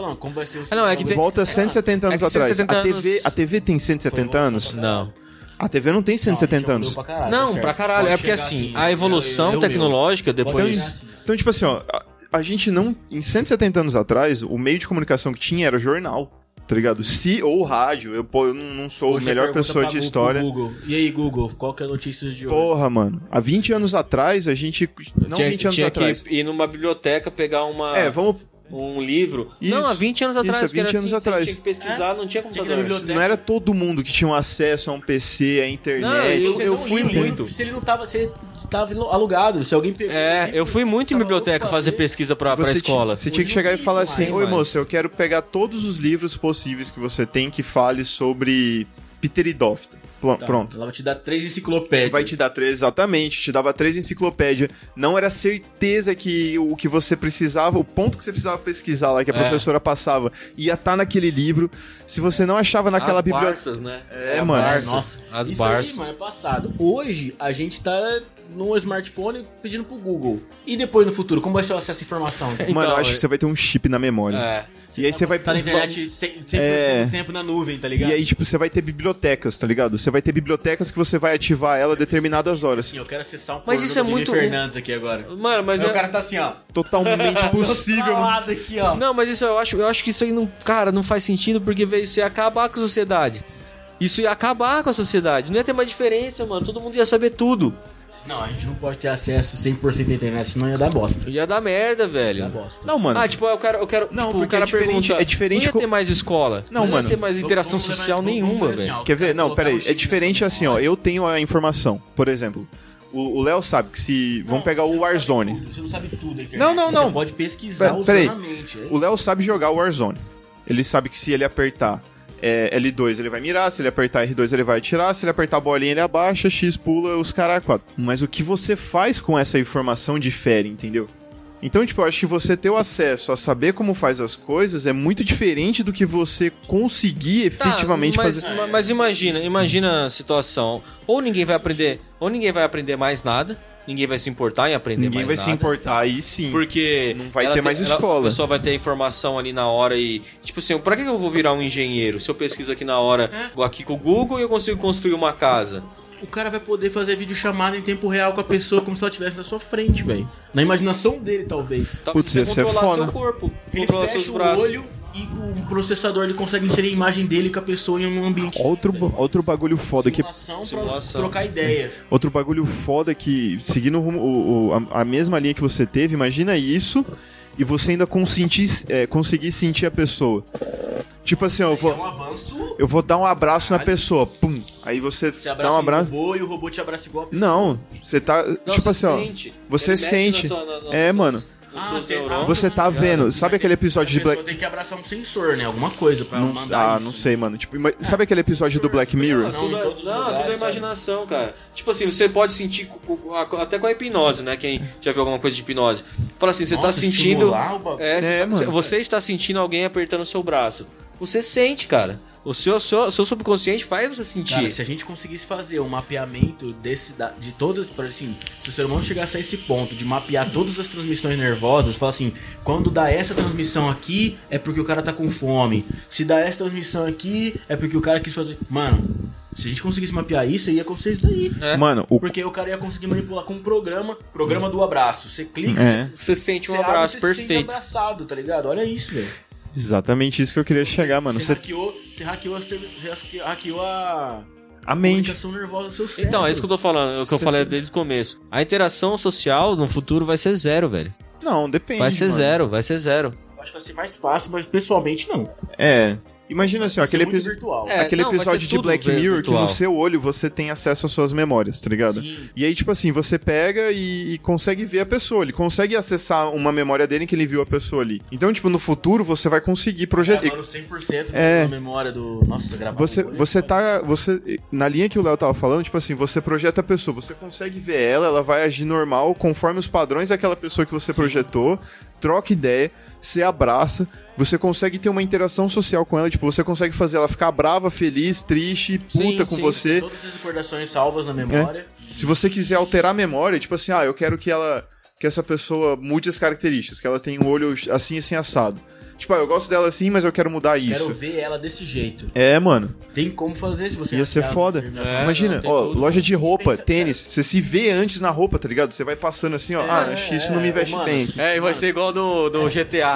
Volta 170 anos atrás. A TV tem 170 anos? Não. A TV não tem 170 anos. Não, pra caralho. É porque assim, a evolução tecnológica depois... Então, tipo assim, ó, a gente não... Em 170 anos atrás, o meio de comunicação que tinha era jornal. Tá ligado? Ou rádio. Eu não sou a melhor pessoa de história. Google. E aí, Google, qual que é a notícia de hoje? Porra, mano. Há 20 anos atrás, a gente... Não, 20 anos atrás. Tinha que ir numa biblioteca, pegar uma... um livro. Isso, não, há 20 anos atrás. Isso, há 20 anos atrás. Tinha que pesquisar, não tinha computador. Não era todo mundo que tinha acesso a um PC, a internet. Não, eu fui muito. Se ele não tava... Se ele tava alugado, se alguém pegou... eu fui muito em biblioteca fazer pesquisa pra escola. Você tinha que chegar e falar assim, oi moço, eu quero pegar todos os livros possíveis que você tem que fale sobre Pteridófita. Pronto. Ela vai te dar 3 enciclopédias. Vai te dar 3, exatamente. Te dava 3 enciclopédias. Não era certeza que o que você precisava, o ponto que você precisava pesquisar lá, que a professora passava, ia estar naquele livro. Se você não achava naquela biblioteca... As Barsas, né? Mano. Nossa, as isso Barsas. aí, mano, é passado. Hoje, a gente tá no smartphone pedindo pro Google. E depois, no futuro, como vai ser o acesso à informação? Mano, eu acho que você vai ter um chip na memória. E aí você vai... Tá na internet 100% do tempo na nuvem, tá ligado? E aí, tipo, você vai ter bibliotecas, tá ligado? Você vai ter bibliotecas que você vai ativar ela a determinadas horas. Sim, eu quero acessar um mas isso é muito... Fernandes aqui agora. Mano, mas... O cara tá assim, ó. Totalmente possível. Aqui, ó. Não, mas isso eu acho que isso aí não... Cara, não faz sentido porque, velho, isso ia acabar com a sociedade. Isso ia acabar com a sociedade. Não ia ter mais diferença, mano. Todo mundo ia saber tudo. Não, a gente não pode ter acesso 100% à internet, senão ia dar bosta. Ia dar merda, velho. Ia dar bosta. Não, mano. Tipo, eu quero não, tipo, porque o cara pergunta, é diferente. Não ia ter mais escola. Não, mano. Não ia ter mais interação social nenhuma, velho. Quer ver? Não, peraí. É diferente assim, ó. Eu tenho a informação. Por exemplo, o Léo sabe que se... Vamos pegar o Warzone. Você não sabe tudo da internet. Não. Você pode pesquisar usando a mente. O Léo sabe jogar o Warzone. Ele sabe que se ele apertar L2 ele vai mirar, se ele apertar R2 ele vai atirar, se ele apertar a bolinha ele abaixa, X pula, os caras 4. Mas o que você faz com essa informação difere, entendeu? Então, tipo, eu acho que você ter o acesso a saber como faz as coisas é muito diferente do que você conseguir efetivamente fazer. Mas imagina a situação. Ou ninguém vai aprender mais nada. Ninguém vai se importar em aprender Ninguém vai se importar, aí sim. Porque não vai ter mais escola. A pessoa vai ter a informação ali na hora e... Tipo assim, pra que eu vou virar um engenheiro? Se eu pesquiso aqui na hora, aqui com o Google, eu consigo construir uma casa. O cara vai poder fazer videochamada em tempo real com a pessoa como se ela estivesse na sua frente, velho. Na imaginação dele, talvez. Putz, ia ser foda. Seu corpo, ele fecha o olho e o processador ele consegue inserir a imagem dele com a pessoa em um ambiente. Outro bagulho foda Simulação pra trocar ideia. Outro bagulho foda que, seguindo a mesma linha que você teve, imagina isso e você ainda conseguir sentir a pessoa. Tipo assim, ó, eu vou dar um abraço na pessoa, pum. Aí você dá um abraço. E o robô te abraça igual a pessoa. Não, você tá. Não, tipo assim, ó. Você sente. Mano. Você tá vendo. Sabe aquele episódio de Black... tem que abraçar um sensor, né? Alguma coisa pra mandar isso. Não sei, mano. Tipo, sabe aquele episódio do Black Mirror? Tudo é imaginação, cara. Tipo assim, você pode sentir até com a hipnose, né? Quem já viu alguma coisa de hipnose. Fala assim, você tá sentindo... Mano. Você está sentindo alguém apertando o seu braço. você sente, cara. O seu subconsciente faz você sentir. Cara, se a gente conseguisse fazer um mapeamento de todas, assim, se o ser humano chegasse a esse ponto de mapear todas as transmissões nervosas, falar assim, quando dá essa transmissão aqui é porque o cara tá com fome, se dá essa transmissão aqui é porque o cara quis fazer... Mano, se a gente conseguisse mapear isso, ia acontecer isso daí. Mano, porque o cara ia conseguir manipular com um programa do abraço. Você clica, você sente um você abraço abre, perfeito. Você se sente abraçado, tá ligado? Olha isso, velho. Exatamente isso que eu queria chegar, mano. Você hackeou a mente. Comunicação nervosa do seu cérebro. Então, é isso que eu tô falando, é o que eu falei desde o começo. A interação social no futuro vai ser zero, velho. Não, depende. Vai ser mano. zero, vai ser zero. Acho que vai ser mais fácil, mas pessoalmente não. Imagina assim, ó, aquele virtual. episódio de Black Mirror virtual. que no seu olho você tem acesso às suas memórias, tá ligado? Sim. E aí, tipo assim, você pega e consegue ver a pessoa. Ele consegue acessar uma memória dele em que ele viu a pessoa ali. Então, tipo, no futuro você vai conseguir projetar. Mano, 100% da memória do... Nossa, gravado. Você na linha que o Léo tava falando, tipo assim, você projeta a pessoa, você consegue ver ela vai agir normal conforme os padrões daquela pessoa que você projetou, troca ideia, você abraça, você consegue ter uma interação social com ela, tipo, você consegue fazer ela ficar brava, feliz, triste, puta com você. Todas as recordações salvas na memória. Se você quiser alterar a memória, tipo assim, eu quero que essa pessoa mude as características, que ela tenha um olho assim assado. Tipo, eu gosto dela assim, mas eu quero mudar isso. Quero ver ela desse jeito. Mano. Tem como fazer se você... Ia ser foda. Imagina, loja de roupa, tênis, você se vê antes na roupa, tá ligado? Você vai passando assim, acho que isso não me veste bem. E vai ser igual do GTA.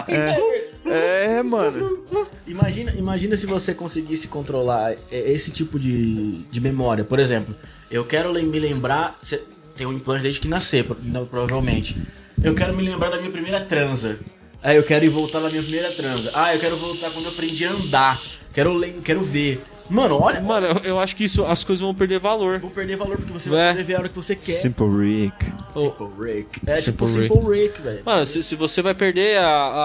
Mano. Imagina se você conseguisse controlar esse tipo de memória. Por exemplo, eu quero me lembrar... Tem um implante desde que nascer, provavelmente. Eu quero me lembrar da minha primeira transa. Eu quero ir voltar na minha primeira transa. Eu quero voltar quando eu aprendi a andar. Quero ver. Mano, olha... Mano, eu acho que as coisas vão perder valor. Vão perder valor porque você vai poder ver a hora que você quer. Simple Rick. Simple Rick. Simple Simple Rick, velho. Mano, se você vai perder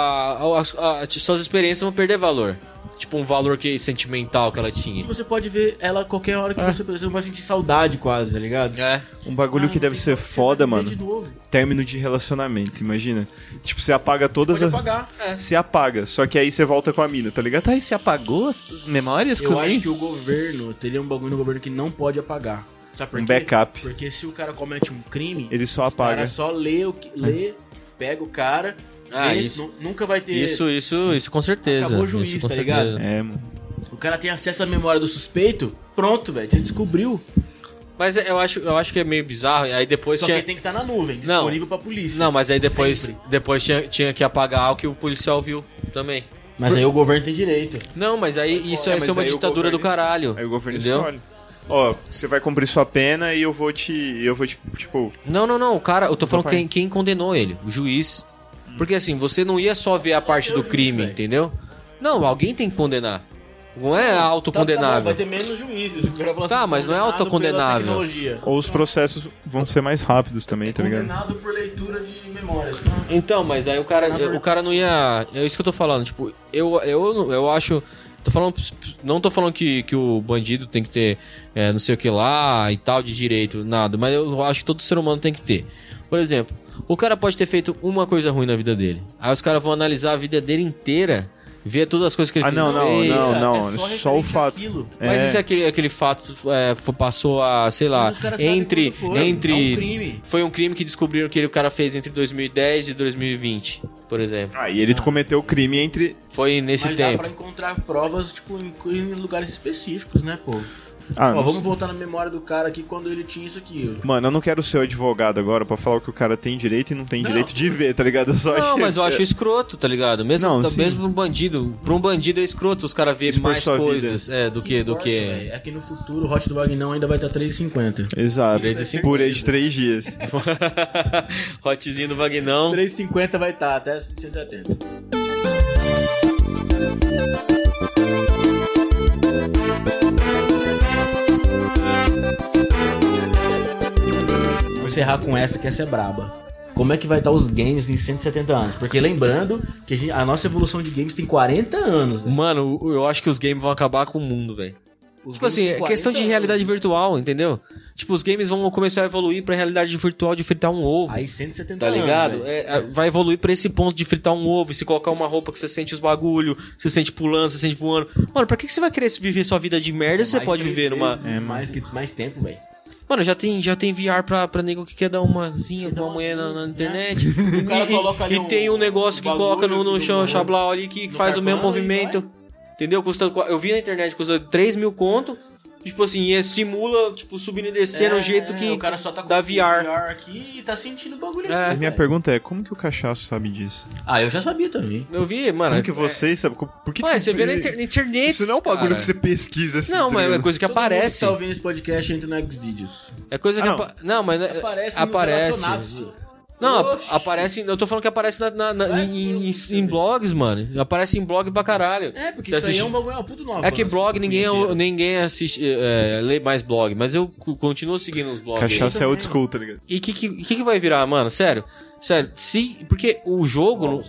suas experiências vão perder valor. Tipo, um valor sentimental que ela tinha. Você pode ver ela a qualquer hora que você não vai sentir saudade quase, tá ligado? Um bagulho que deve ser foda, mano. De novo. Término de relacionamento, imagina. Tipo, você apaga todas Você pode apagar. Você apaga, só que aí você volta com a mina, tá ligado? Aí você apagou as memórias Eu comigo? acho que o governo teria um bagulho no governo que não pode apagar. Sabe por quê? Backup. Porque se o cara comete um crime, ele só apaga. O cara só lê, pega o cara... isso. Nunca vai ter... Isso com certeza. Acabou o juiz, tá ligado? Mano. O cara tem acesso à memória do suspeito, pronto, velho, você descobriu. Mas eu acho que é meio bizarro, aí depois Só que tem que estar na nuvem, disponível pra polícia. Não, mas aí depois tinha que apagar o que o policial viu também. Mas aí o governo tem direito. Não, mas aí isso vai ser uma ditadura do caralho. Aí o governo entendeu? escolhe. Você vai cumprir sua pena e eu vou te tipo... Não, o cara, eu tô falando quem condenou ele, o juiz. Porque assim, você não ia só ver a parte do crime, entendeu? Não, alguém tem que condenar. Não é autocondenável. Vai ter menos juízes. Mas não é autocondenável. Ou os processos vão ser mais rápidos também, tá ligado? Condenado por leitura de memórias. Então, mas aí o cara não ia... É isso que eu tô falando, tipo, eu acho... Não tô falando que o bandido tem que ter não sei o que lá e tal de direito, nada. Mas eu acho que todo ser humano tem que ter. Por exemplo, o cara pode ter feito uma coisa ruim na vida dele. Aí os caras vão analisar a vida dele inteira, ver todas as coisas que ele fez. Não, só o fato. Mas e se aquele fato passou a, sei lá, foi um crime que descobriram que o cara fez entre 2010 e 2020, por exemplo. E ele cometeu o crime entre... Foi nesse tempo. Mas dá pra encontrar provas, tipo, em lugares específicos, né, pô? Vamos voltar na memória do cara aqui quando ele tinha isso aqui. Mano, eu não quero ser o advogado agora pra falar o que o cara tem direito e não tem direito de ver, tá ligado? Mas eu acho escroto, tá ligado? Mesmo pra um bandido é escroto os caras verem mais coisas do que... Aqui no futuro o Hot do Vagnão ainda vai estar 3,50. Exato, por aí de 3 dias. Hotzinho do Vagnão. 3,50 vai estar até 170. Vou encerrar com essa, que essa é braba. Como é que vai estar os games em 170 anos? Porque lembrando que a nossa evolução de games tem 40 anos. Véio. Mano, eu acho que os games vão acabar com o mundo, velho. Tipo assim, é questão de realidade virtual, entendeu? Tipo, os games vão começar a evoluir pra realidade virtual de fritar um ovo. Aí 170 Tá anos, ligado? velho. Vai evoluir pra esse ponto de fritar um ovo e se colocar uma roupa que você sente os bagulho, você sente pulando, você sente voando. Mano, pra que você vai querer viver sua vida de merda se você Mais pode 3 viver numa... vezes, mais tempo, velho. Mano, já tem VR pra nego que quer dar umazinha com uma mulher na internet. O cara coloca ali e tem um negócio que coloca no chão chablau ali que faz o mesmo carpão e movimento. Entendeu? Eu vi na internet, custa 3 mil conto. Tipo assim, e simula, tipo, subindo e descendo o jeito que o cara só tá com da o VR. aqui e tá sentindo o bagulho É. aqui. Minha pergunta é, como que o cachaço sabe disso? Ah, eu já sabia também. Eu vi, mano. Como que vocês sabem? Por que Ué, que você vê na internet. Isso não é um bagulho cara. que você pesquisa assim. Não, tá mas é ligado? coisa que Todo mundo aparece. que tá ouvindo esse podcast entra no Xvideos. É coisa que não. não, mas Aparece nos aparece. relacionados. Não, Oxi. aparece. Eu tô falando que aparece em blogs, mano. Aparece em blog pra caralho. É, porque Você isso aí assiste- é um bagulho, é uma puta nova. É que blog ninguém assiste, lê mais blog, mas eu continuo seguindo os blogs. Cachaça é old school, tá ligado? E o que vai virar, mano? Sério, porque o jogo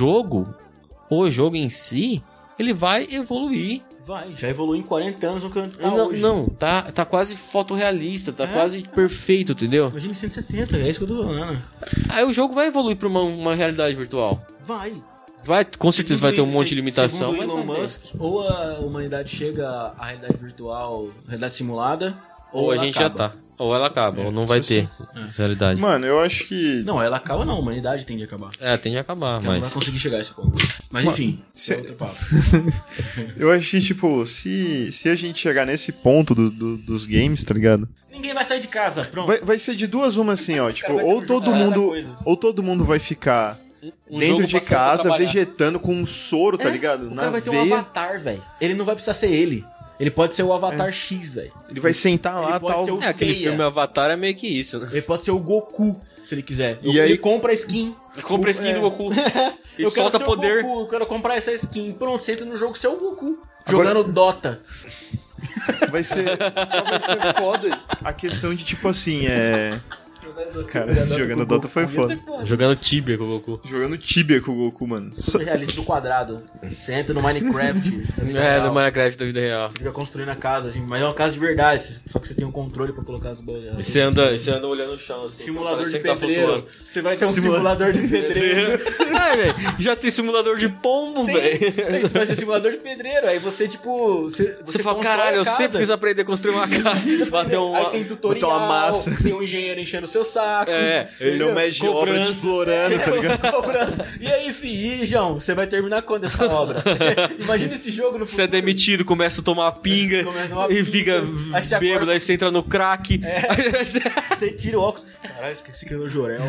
em si, ele vai evoluir. Vai, já evoluiu em 40 anos o que tá hoje. Tá quase fotorrealista, tá quase perfeito, entendeu? Imagina em 170, é isso que eu tô falando. Aí o jogo vai evoluir pra uma realidade virtual. Vai. Com certeza vai ter um monte de limitação, Segundo mas Elon vai ter. Musk, ou a humanidade chega à realidade virtual, realidade simulada, Ou a ela gente acaba. já tá. Ou ela acaba, ou não vai ter realidade. Mano, eu acho que... Não, ela acaba não, a humanidade tende a acabar. Tende a acabar, Ela não mas... vai conseguir chegar a esse ponto. Mas enfim, isso é outro papo. Eu acho que, tipo, se a gente chegar nesse ponto dos games, tá ligado? Ninguém vai sair de casa, pronto. Vai ser de duas uma assim, ó. Tipo, vai ter ou um todo jogo cada mundo... coisa. Ou todo mundo vai ficar Um dentro jogo de pra sair pra casa, trabalhar. vegetando com um soro, tá ligado? O Na cara vai ter um veia. avatar, velho. Ele não vai precisar ser ele. Ele pode ser o Avatar X, velho. Ele vai sentar lá, Ele pode tal... ser o Aquele Seiya. filme Avatar é meio que isso, né? Ele pode ser o Goku, se ele quiser. E Ele aí- compra a skin. Compra a skin do Goku. E Eu quero solta ser poder. o Goku, eu quero comprar essa skin. Pronto, você entra no jogo, você é o Goku. Agora- Jogando Dota. Vai ser... Só vai ser foda a questão de, tipo assim, Cara, jogando Dota foi foda. Jogando Tibia com o Goku. Jogando Tibia com o Goku, mano. Super realista do quadrado. Você entra no Minecraft. Do Minecraft da vida real. Você fica construindo a casa, assim, mas é uma casa de verdade. Só que você tem um controle pra colocar as boias. E você anda olhando o chão, assim. Simulador de parecendo que tá pedreiro. flutuando. Você vai ter um simulador de pedreiro. Ai, velho, já tem simulador de pombo, velho. Isso vai ser simulador de pedreiro. Aí você, tipo. Você fala, constrói caralho, a eu casa. sempre quis aprender a construir uma casa. Bater um... Aí tem tutorial, botar uma massa. tem um engenheiro enchendo o seu saco. Ele é o mestre de obra te Cobrança. explorando, tá ligado? Cobrança. E aí, fi, João, você vai terminar quando essa obra? Imagina esse jogo no Você é futuro. demitido, começa a tomar pinga Começa a tomar e pinga. fica Aí você bêbado, acorda- aí você entra no crack. Você tira o óculos. Caralho, esqueci que é o Jorel.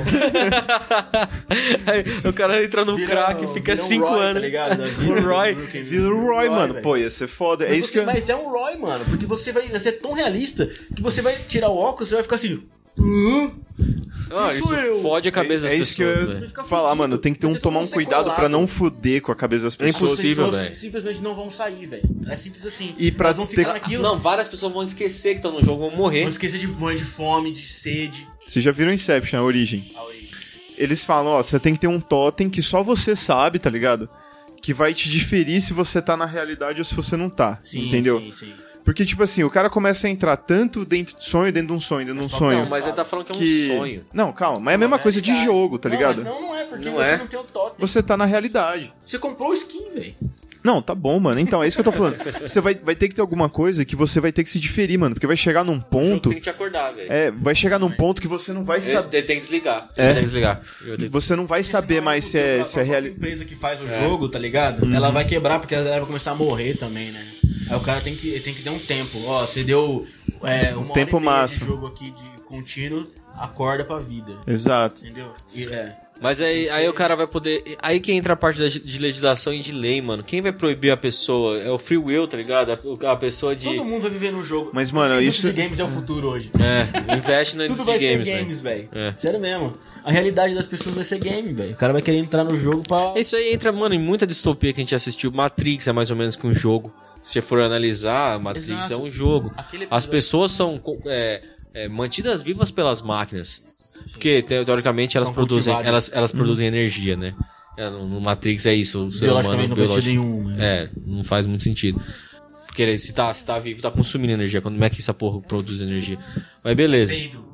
Aí o cara entra no crack e fica vira um 5 Roy, anos. Tá ligado? Da vida, O Roy. Vira o Roy, mano. velho. Pô, ia ser foda. É Mas, isso que eu... mas é um Roy, mano. Porque você vai ser tão realista que você vai tirar o óculos e você vai ficar assim. Ah, isso fode a cabeça das É isso que eu pessoas, ia velho. Fica falar, fudido. mano. Tem que Você tomar um toma cuidado sequelado. pra não fuder com a cabeça das pessoas. impossível, Vocês velho. simplesmente não vão sair, velho. É simples assim. E pra Elas vão ficar ter- naquilo. Não, várias pessoas vão esquecer que estão no jogo, vão morrer. Não esqueça de morrer de fome, de sede. Vocês já viram Inception, a origem? Eles falam, ó, você tem que ter um totem que só você sabe, tá ligado? Que vai te diferir se você tá na realidade ou se você não tá. Entendeu? Sim. Porque, tipo assim, o cara começa a entrar tanto dentro de sonho, dentro de um sonho, dentro de um sonho. Não, mas ele tá falando que é um que... sonho. Não, calma, mas é a mesma coisa de jogo, tá ligado? Não é, porque Não você é. não tem o totem. Você tá na realidade. Você comprou o skin, velho. Não, tá bom, mano. Então, é isso que eu tô falando. Você vai ter que ter alguma coisa que você vai ter que se diferir, mano. Porque vai chegar num O jogo ponto... tem que te acordar, velho. Vai chegar num ponto que você não vai saber... Ele tem que desligar. É. Ele tem que desligar. Você não vai saber mais se é A realidade. empresa que faz o jogo, tá ligado? Ela vai quebrar porque ela vai começar a morrer também, né? Aí o cara tem que dar um tempo. Ó, você deu uma tempo hora e meia máximo. de jogo aqui de contínuo, acorda pra vida. Exato. Entendeu? Mas aí o cara vai poder... Aí que entra a parte de legislação e de lei, mano. Quem vai proibir a pessoa? É o free will, tá ligado? A pessoa de... Todo mundo vai viver no jogo. Mas, mano, A isso- indústria de games é o futuro hoje. investe na Tudo indústria vai de ser games, velho. games, velho. É. Sério mesmo. A realidade das pessoas vai ser game, velho. O cara vai querer entrar no jogo pra... Isso aí entra, mano, em muita distopia que a gente assistiu. Matrix é mais ou menos que um jogo. Se você for analisar, Matrix Exato. é um jogo. Aquele As episódio- pessoas são mantidas vivas pelas máquinas. Porque, teoricamente, elas São produzem, cultivadas. elas produzem energia, né? No Matrix é isso. O ser Biologicamente humano, não faz sentido nenhum, né? não faz muito sentido. Porque Porque se tá vivo, tá consumindo energia. Como é que essa porra produz energia? Mas beleza.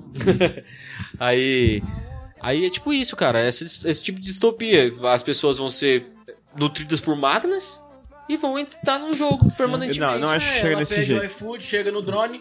Aí é tipo isso, cara. Esse tipo de distopia. As pessoas vão ser nutridas por máquinas e vão entrar no jogo permanentemente. Não acho que chega nesse jeito. Ela pede o iFood, chega no drone.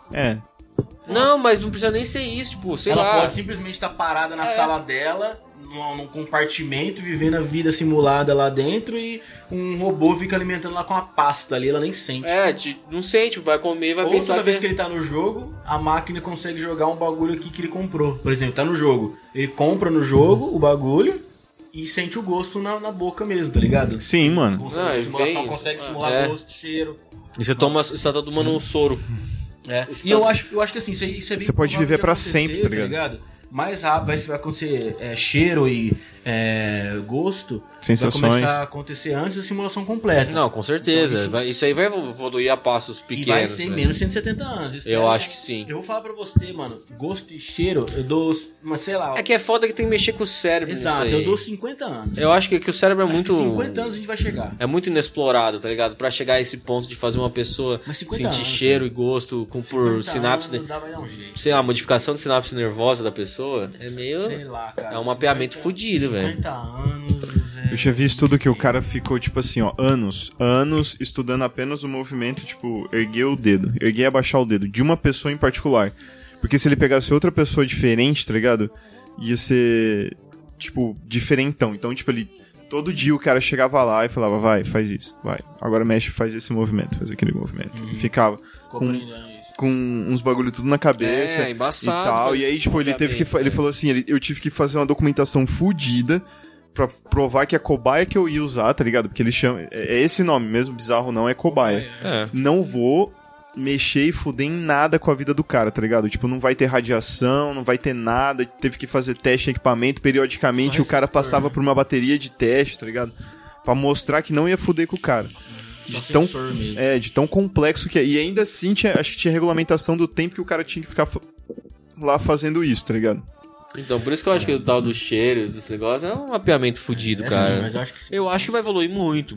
Não, mas não precisa nem ser isso, tipo, sei lá. Ela pode simplesmente estar parada na sala dela, num compartimento, vivendo a vida simulada lá dentro e um robô fica alimentando lá com uma pasta ali, ela nem sente. Não sente, vai comer, vai Ou pensar. toda vez que ele tá no jogo, a máquina consegue jogar um bagulho aqui que ele comprou. Por exemplo, tá no jogo. Ele compra no jogo o bagulho e sente o gosto na boca mesmo, tá ligado? Sim, mano. A simulação consegue simular gosto, cheiro. E você tá tomando um soro. E eu acho que assim, isso é bem você pode viver pra acontecer, sempre, tá ligado? Mais rápido vai acontecer cheiro e gosto. Sensações. Vai começar a acontecer antes da simulação completa. Não, com certeza. Então, isso aí vai evoluir a passos pequenos. E vai ser né? menos 170 anos. Eu acho que sim. Eu vou falar pra você, mano, gosto e cheiro, eu dou, mas sei lá. É que é foda que tem que mexer com o cérebro. Exato, nisso aí. eu dou 50 anos. Eu acho que o cérebro é Acho muito. que 50 anos a gente vai chegar. É muito inexplorado, tá ligado? Pra chegar a esse ponto de fazer uma pessoa Mas 50 sentir anos, cheiro e gosto por sinapse. Vai dar um jeito. Sei lá, modificação de sinapse nervosa da pessoa é meio. Sei lá, cara. É um mapeamento fudido, velho. 50 anos. Eu já vi estudo que o cara ficou, tipo assim, ó, anos estudando apenas o movimento, tipo, erguer o dedo, erguer e abaixar o dedo, de uma pessoa em particular. Porque se ele pegasse outra pessoa diferente, tá ligado? Ia ser, tipo, diferentão. Então, tipo, ele... Todo dia o cara chegava lá e falava, vai, faz isso, vai. Agora mexe, faz esse movimento, faz aquele movimento. E ficava com uns bagulho tudo na cabeça embaçado, e tal. E aí, tipo, ele falou assim, eu tive que fazer uma documentação fodida pra provar que a cobaia que eu ia usar, tá ligado? Porque ele chama... É esse nome mesmo, bizarro não, é cobaia. Não vou mexer e fuder em nada com a vida do cara, tá ligado? Tipo, não vai ter radiação, não vai ter nada, teve que fazer teste em equipamento, periodicamente o cara passava por uma bateria de teste, tá ligado? Pra mostrar que não ia fuder com o cara. De tão complexo que é. E ainda assim, acho que tinha regulamentação do tempo que o cara tinha que ficar lá fazendo isso, tá ligado? Então, por isso que eu acho que o tal do cheiro, desse negócio, é um mapeamento fudido, cara. Sim, mas eu acho que sim. Eu acho que vai evoluir muito.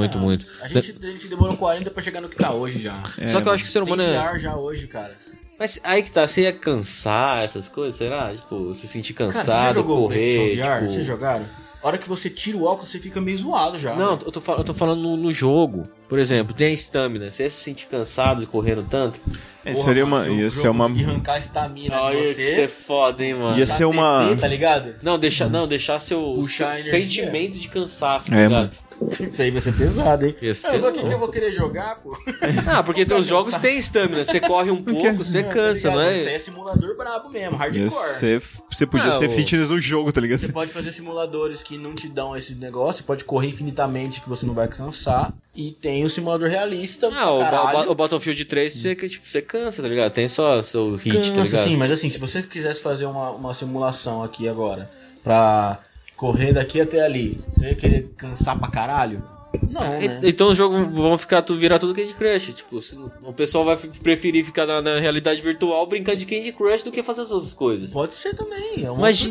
A gente demorou 40 pra chegar no que tá hoje já. Só que eu acho que o ser humano Tem VR já hoje, cara. Mas aí que tá, você ia cansar essas coisas, será? Tipo, se sentir cansado, Cara, você já jogou correr, PlayStation VR? tipo... Vocês jogaram? A hora que você tira o óculos, você fica meio zoado já. Não, eu tô falando no jogo. Por exemplo, tem a estamina. Você ia se sentir cansado de correndo tanto? Seria uma... Ia ser uma... Conseguir arrancar a estamina de Ia você. ser foda, hein, mano. Ia ser uma... Tá ligado? Não, deixar seu Puxar a energia. sentimento de cansaço, tá É, ligado? Isso aí vai ser pesado, hein? Ia ser O que eu vou querer jogar, pô? porque os jogos têm estamina. Você corre um pouco, você cansa, não Isso aí é? é simulador brabo mesmo, hardcore. Você podia ser fitness no jogo, tá ligado? Você pode fazer simuladores que não te dão esse negócio, você pode correr infinitamente que você não vai cansar. E tem o simulador realista. O Battlefield 3 você cansa, tá ligado? Tem só seu hit, tá ligado? Sim, mas assim, se você quisesse fazer uma simulação aqui agora pra correr daqui até ali, você ia querer cansar pra caralho? Não, né? Então os jogos vão virar tudo Candy Crush. Tipo, o pessoal vai preferir ficar na realidade virtual brincando de Candy Crush do que fazer as outras coisas. Pode ser também. É uma Mas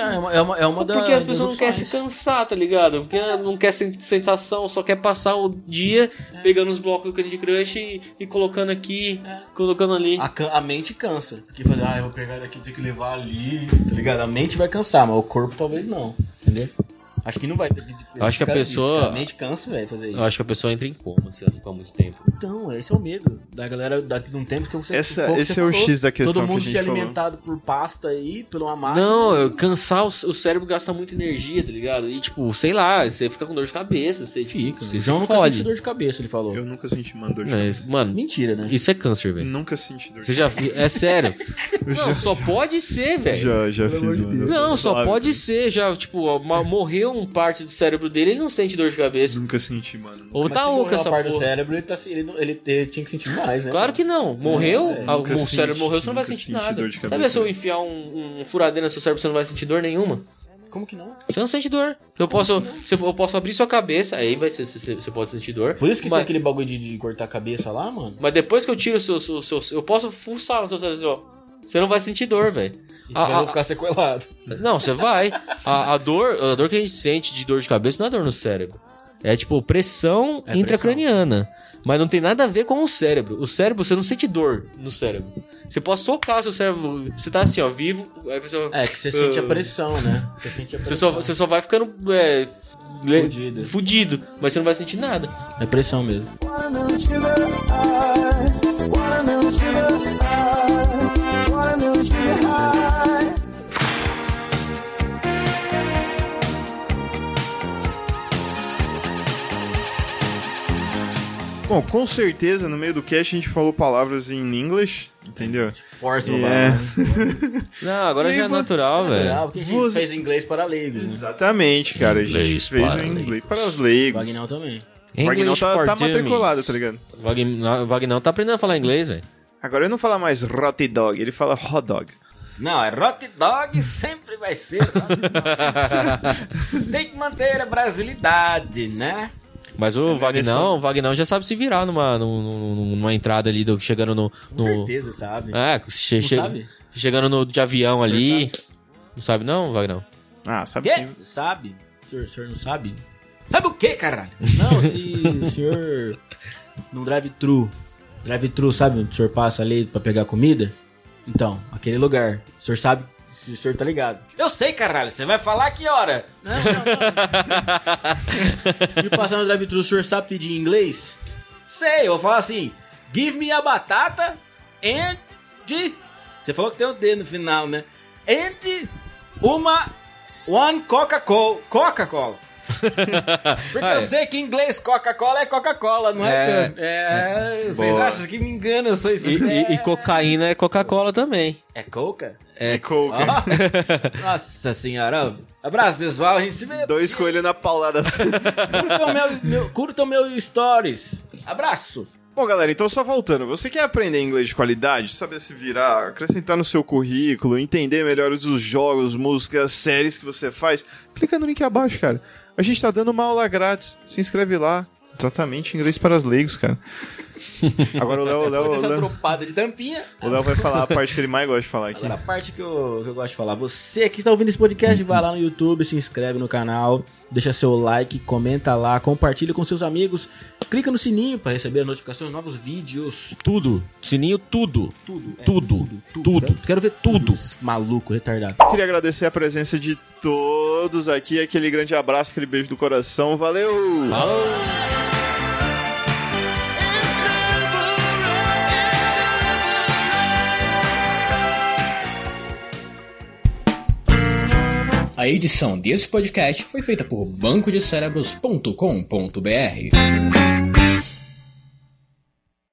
porque as pessoas não querem se cansar, tá ligado? Porque não quer sensação, só quer passar o dia pegando os blocos do Candy Crush e colocando aqui, colocando ali. A mente cansa. Porque fazer, eu vou pegar daqui, tem que levar ali, tá ligado? A mente vai cansar, mas o corpo talvez não, entendeu? Acho que não vai ter. Eu acho que a pessoa. A mente cansa, velho, fazer isso. Eu acho que a pessoa entra em coma se ela ficar muito tempo. Então, esse é o medo da galera daqui de um tempo que você. Esse é o X da questão. Todo mundo que a se gente alimentado por pasta aí, por uma máquina. Não, cansar o cérebro gasta muita energia, tá ligado? E tipo, sei lá, você fica com dor de cabeça, você fica. Você João nunca sentiu dor de cabeça, ele falou. Eu nunca senti uma dor de cabeça. Mano, mentira, né? Isso é câncer, velho. Nunca senti dor de Você já viu? É sério. Não, só pode ser, velho. Já fiz, mano. Não, só pode ser. Já, tipo, morreu um parte do cérebro dele, ele não sente dor de cabeça. Nunca senti, mano. Ou mas tá oca essa parte porra. do cérebro, ele tinha que sentir mais, né? Claro que não. Morreu, o cérebro morreu, você não vai nunca sentir senti nada. dor de Sabe cabeça. se eu enfiar um furadeira no seu cérebro, você não vai sentir dor nenhuma? Como que não? Você não sente dor. Eu posso abrir sua cabeça, aí você pode sentir dor. Por isso que tem aquele bagulho de cortar a cabeça lá, mano. Mas depois que eu tiro o seu eu posso fuçar no seu cérebro. Você não vai sentir dor, velho. E vai ficar sequelado. Não, você vai. A dor que a gente sente de dor de cabeça não é dor no cérebro. É tipo pressão intracraniana. Mas não tem nada a ver com o cérebro. O cérebro, você não sente dor no cérebro. Você pode socar seu cérebro. Você tá assim, ó, vivo. Aí você, que você sente a pressão, né? Você sente a pressão. Você só vai ficando fudido. Mas você não vai sentir nada. É pressão mesmo. Bom, com certeza, no meio do cast a gente falou palavras em inglês, entendeu? Força no barulho. Não, agora já é natural, velho. Porque a gente fez inglês para leigos, né? Exatamente, cara. A gente Inglês fez para o inglês para os leigos. Vagnão também. O Vagnão tá for matriculado, dummies. tá ligado? O Vagnão tá aprendendo a falar inglês, velho. Agora ele não fala mais hot dog, ele fala hot dog. Não, é hot dog, sempre vai ser hot dog. Tem que manter a brasilidade, né? Mas o Vagnão já sabe se virar numa entrada ali, chegando no... Com certeza, sabe. Sabe? Chegando de avião ali. Sabe? Não sabe não, Vagnão? Ah, sabe Quê? sim. Sabe? O senhor não sabe? Sabe o que, caralho? Não, se o senhor num drive-thru, sabe onde o senhor passa ali pra pegar comida? Então, aquele lugar. O senhor sabe, o senhor tá ligado. Eu sei, caralho, você vai falar que hora? Não. Se passar no drive-thru, o senhor sabe pedir em inglês? Sei, eu vou falar assim, give me a batata and... Você falou que tem um D no final, né? And one Coca-Cola. Porque eu sei que em inglês Coca-Cola é Coca-Cola, não é? Vocês acham que me enganam? Eu sou isso. E cocaína é Coca-Cola também. É Coca? É coca. Nossa senhora. Abraço, pessoal. A gente se vê. 2 coelhos na paulada. Curtam meu stories. Abraço. Bom, galera, então só voltando. Você quer aprender inglês de qualidade, saber se virar, acrescentar no seu currículo, entender melhor os jogos, músicas, séries que você faz? Clica no link abaixo, cara. A gente tá dando uma aula grátis. Se inscreve lá. Exatamente, inglês para os leigos, cara. Agora o Léo... Essa dropada de tampinha. O Léo vai falar a parte que ele mais gosta de falar aqui. Agora, a parte que eu gosto de falar. Você que está ouvindo esse podcast, vai lá no YouTube, se inscreve no canal, deixa seu like, comenta lá, compartilha com seus amigos, clica no sininho para receber as notificações de novos vídeos. Tudo. Sininho, tudo. Tudo. Quero ver tudo. Esses maluco, retardado. Queria agradecer a presença de todos aqui. Aquele grande abraço, aquele beijo do coração. Valeu! Falou! A edição desse podcast foi feita por bancodecerebros.com.br.